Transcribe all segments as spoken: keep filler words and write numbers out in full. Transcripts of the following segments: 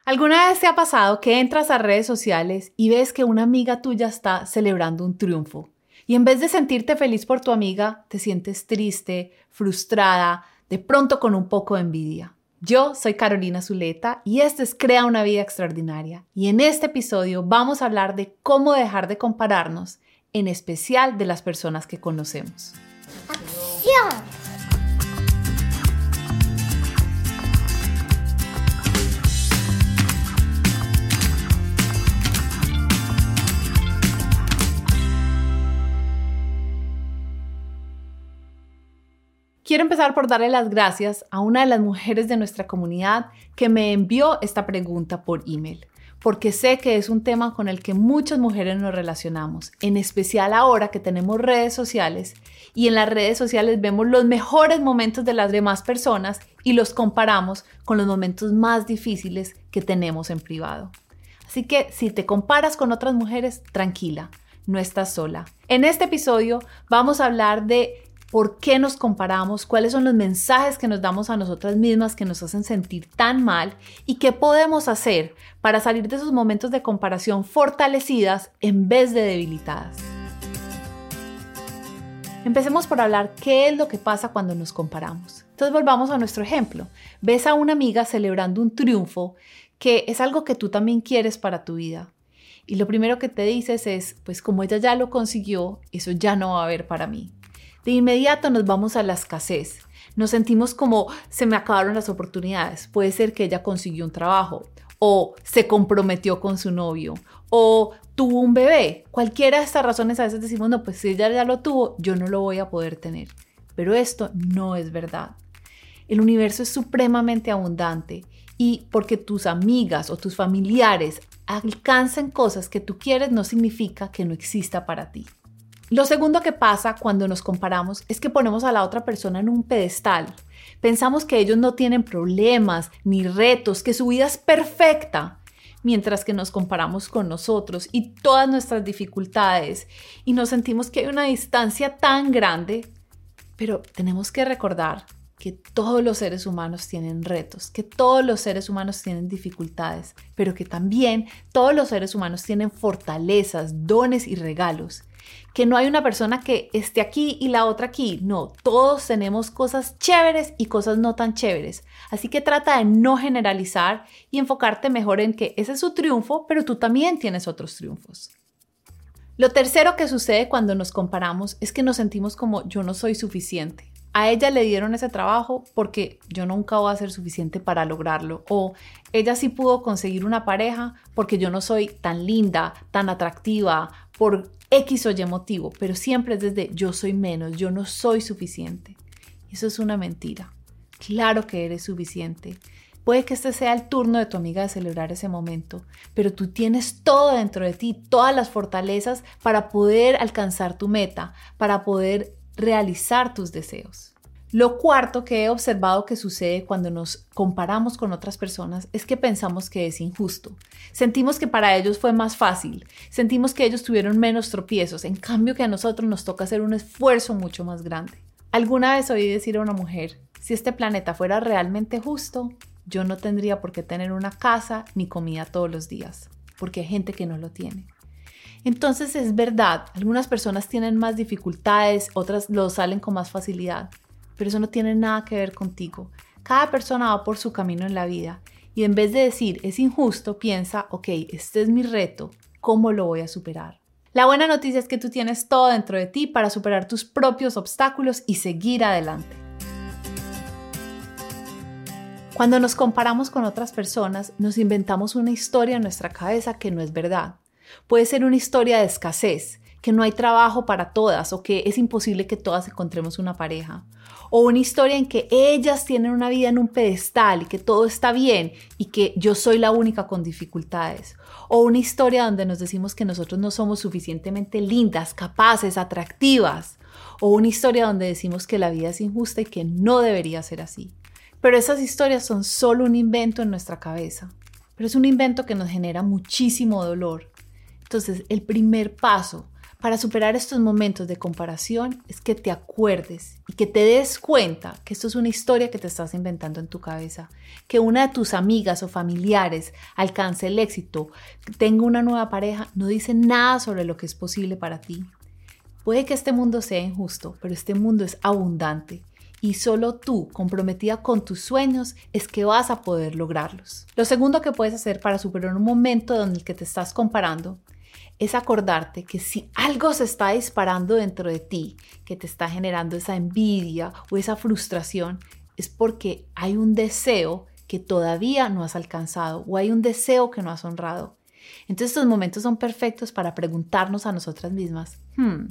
¿Alguna vez te ha pasado que entras a redes sociales y ves que una amiga tuya está celebrando un triunfo? Y en vez de sentirte feliz por tu amiga, te sientes triste, frustrada, de pronto con un poco de envidia. Yo soy Carolina Zuleta y este es Crea una vida extraordinaria. Y en este episodio vamos a hablar de cómo dejar de compararnos, en especial de las personas que conocemos. ¡Acción! Quiero empezar por darle las gracias a una de las mujeres de nuestra comunidad que me envió esta pregunta por email, porque sé que es un tema con el que muchas mujeres nos relacionamos, en especial ahora que tenemos redes sociales y en las redes sociales vemos los mejores momentos de las demás personas y los comparamos con los momentos más difíciles que tenemos en privado. Así que si te comparas con otras mujeres, tranquila, no estás sola. En este episodio vamos a hablar de ¿por qué nos comparamos? ¿Cuáles son los mensajes que nos damos a nosotras mismas que nos hacen sentir tan mal? ¿Y qué podemos hacer para salir de esos momentos de comparación fortalecidas en vez de debilitadas? Empecemos por hablar qué es lo que pasa cuando nos comparamos. Entonces volvamos a nuestro ejemplo. Ves a una amiga celebrando un triunfo que es algo que tú también quieres para tu vida. Y lo primero que te dices es, pues como ella ya lo consiguió, eso ya no va a haber para mí. De inmediato nos vamos a la escasez. Nos sentimos como se me acabaron las oportunidades. Puede ser que ella consiguió un trabajo o se comprometió con su novio o tuvo un bebé. Cualquiera de estas razones a veces decimos, no, pues si ella ya lo tuvo, yo no lo voy a poder tener. Pero esto no es verdad. El universo es supremamente abundante y porque tus amigas o tus familiares alcancen cosas que tú quieres no significa que no exista para ti. Lo segundo que pasa cuando nos comparamos es que ponemos a la otra persona en un pedestal. Pensamos que ellos no tienen problemas ni retos, que su vida es perfecta, mientras que nos comparamos con nosotros y todas nuestras dificultades y nos sentimos que hay una distancia tan grande, pero tenemos que recordar que todos los seres humanos tienen retos, que todos los seres humanos tienen dificultades, pero que también todos los seres humanos tienen fortalezas, dones y regalos. Que no hay una persona que esté aquí y la otra aquí. No, todos tenemos cosas chéveres y cosas no tan chéveres. Así que trata de no generalizar y enfocarte mejor en que ese es su triunfo, pero tú también tienes otros triunfos. Lo tercero que sucede cuando nos comparamos es que nos sentimos como yo no soy suficiente. A ella le dieron ese trabajo porque yo nunca voy a ser suficiente para lograrlo. O ella sí pudo conseguir una pareja porque yo no soy tan linda, tan atractiva, por X o Y motivo, pero siempre es desde yo soy menos, yo no soy suficiente. Y eso es una mentira. Claro que eres suficiente. Puede que este sea el turno de tu amiga de celebrar ese momento, pero tú tienes todo dentro de ti, todas las fortalezas para poder alcanzar tu meta, para poder realizar tus deseos. Lo cuarto que he observado que sucede cuando nos comparamos con otras personas es que pensamos que es injusto. Sentimos que para ellos fue más fácil, sentimos que ellos tuvieron menos tropiezos, en cambio que a nosotros nos toca hacer un esfuerzo mucho más grande. Alguna vez oí decir a una mujer, si este planeta fuera realmente justo, yo no tendría por qué tener una casa ni comida todos los días, porque hay gente que no lo tiene. Entonces es verdad, algunas personas tienen más dificultades, otras lo salen con más facilidad. Pero eso no tiene nada que ver contigo. Cada persona va por su camino en la vida y en vez de decir es injusto, piensa, ok, este es mi reto, ¿cómo lo voy a superar? La buena noticia es que tú tienes todo dentro de ti para superar tus propios obstáculos y seguir adelante. Cuando nos comparamos con otras personas, nos inventamos una historia en nuestra cabeza que no es verdad. Puede ser una historia de escasez, que no hay trabajo para todas o que es imposible que todas encontremos una pareja. O una historia en que ellas tienen una vida en un pedestal y que todo está bien y que yo soy la única con dificultades. O una historia donde nos decimos que nosotros no somos suficientemente lindas, capaces, atractivas. O una historia donde decimos que la vida es injusta y que no debería ser así. Pero esas historias son solo un invento en nuestra cabeza. Pero es un invento que nos genera muchísimo dolor. Entonces, el primer paso para superar estos momentos de comparación es que te acuerdes y que te des cuenta que esto es una historia que te estás inventando en tu cabeza, que una de tus amigas o familiares alcance el éxito, tenga una nueva pareja, no dice nada sobre lo que es posible para ti. Puede que este mundo sea injusto, pero este mundo es abundante y solo tú, comprometida con tus sueños, es que vas a poder lograrlos. Lo segundo que puedes hacer para superar un momento en el que te estás comparando es acordarte que si algo se está disparando dentro de ti, que te está generando esa envidia o esa frustración, es porque hay un deseo que todavía no has alcanzado o hay un deseo que no has honrado. Entonces estos momentos son perfectos para preguntarnos a nosotras mismas, hmm,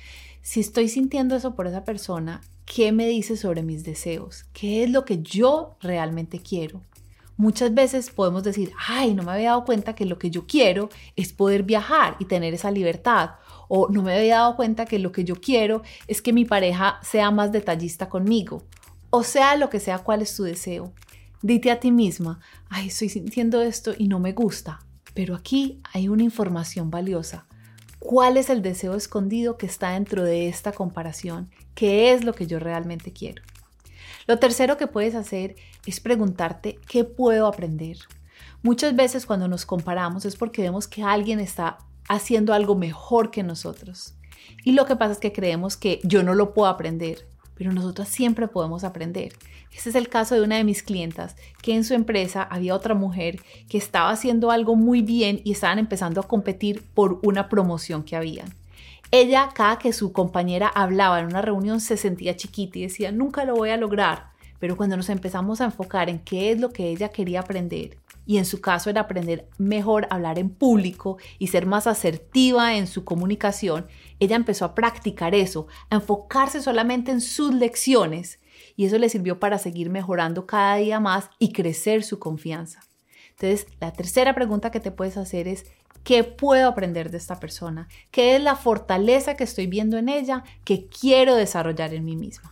si estoy sintiendo eso por esa persona, ¿qué me dice sobre mis deseos? ¿Qué es lo que yo realmente quiero? Muchas veces podemos decir, ay, no me había dado cuenta que lo que yo quiero es poder viajar y tener esa libertad. O no me había dado cuenta que lo que yo quiero es que mi pareja sea más detallista conmigo. O sea, lo que sea, cuál es tu deseo. Dite a ti misma, ay, estoy sintiendo esto y no me gusta. Pero aquí hay una información valiosa. ¿Cuál es el deseo escondido que está dentro de esta comparación? ¿Qué es lo que yo realmente quiero? Lo tercero que puedes hacer es preguntarte ¿qué puedo aprender? Muchas veces cuando nos comparamos es porque vemos que alguien está haciendo algo mejor que nosotros. Y lo que pasa es que creemos que yo no lo puedo aprender, pero nosotras siempre podemos aprender. Este es el caso de una de mis clientas, que en su empresa había otra mujer que estaba haciendo algo muy bien y estaban empezando a competir por una promoción que habían. Ella, cada que su compañera hablaba en una reunión, se sentía chiquita y decía, nunca lo voy a lograr. Pero cuando nos empezamos a enfocar en qué es lo que ella quería aprender, y en su caso era aprender mejor a hablar en público y ser más asertiva en su comunicación, ella empezó a practicar eso, a enfocarse solamente en sus lecciones, y eso le sirvió para seguir mejorando cada día más y crecer su confianza. Entonces, la tercera pregunta que te puedes hacer es, ¿qué puedo aprender de esta persona? ¿Qué es la fortaleza que estoy viendo en ella que quiero desarrollar en mí misma?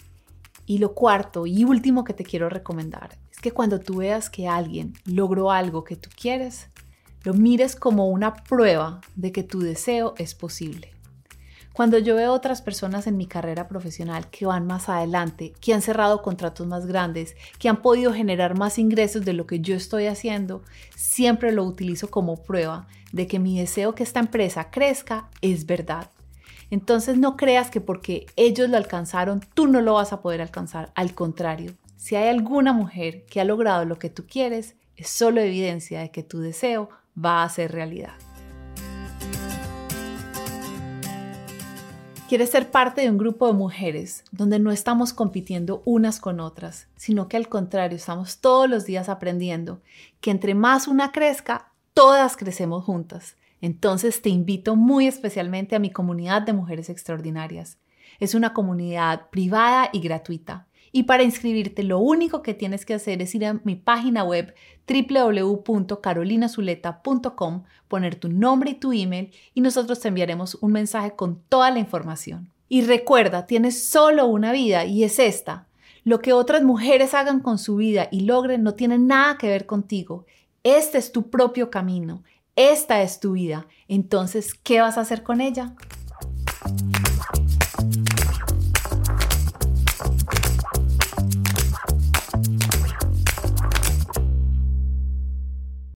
Y lo cuarto y último que te quiero recomendar es que cuando tú veas que alguien logró algo que tú quieres, lo mires como una prueba de que tu deseo es posible. Cuando yo veo otras personas en mi carrera profesional que van más adelante, que han cerrado contratos más grandes, que han podido generar más ingresos de lo que yo estoy haciendo, siempre lo utilizo como prueba de que mi deseo que esta empresa crezca es verdad. Entonces no creas que porque ellos lo alcanzaron, tú no lo vas a poder alcanzar. Al contrario, si hay alguna mujer que ha logrado lo que tú quieres, es solo evidencia de que tu deseo va a ser realidad. ¿Quieres ser parte de un grupo de mujeres donde no estamos compitiendo unas con otras, sino que al contrario estamos todos los días aprendiendo que entre más una crezca, todas crecemos juntas? Entonces te invito muy especialmente a mi comunidad de mujeres extraordinarias. Es una comunidad privada y gratuita. Y para inscribirte lo único que tienes que hacer es ir a mi página web doble u doble u doble u punto carolina zuleta punto com, poner tu nombre y tu email y nosotros te enviaremos un mensaje con toda la información. Y recuerda, tienes solo una vida y es esta. Lo que otras mujeres hagan con su vida y logren no tiene nada que ver contigo. Este es tu propio camino. Esta es tu vida. Entonces, ¿qué vas a hacer con ella?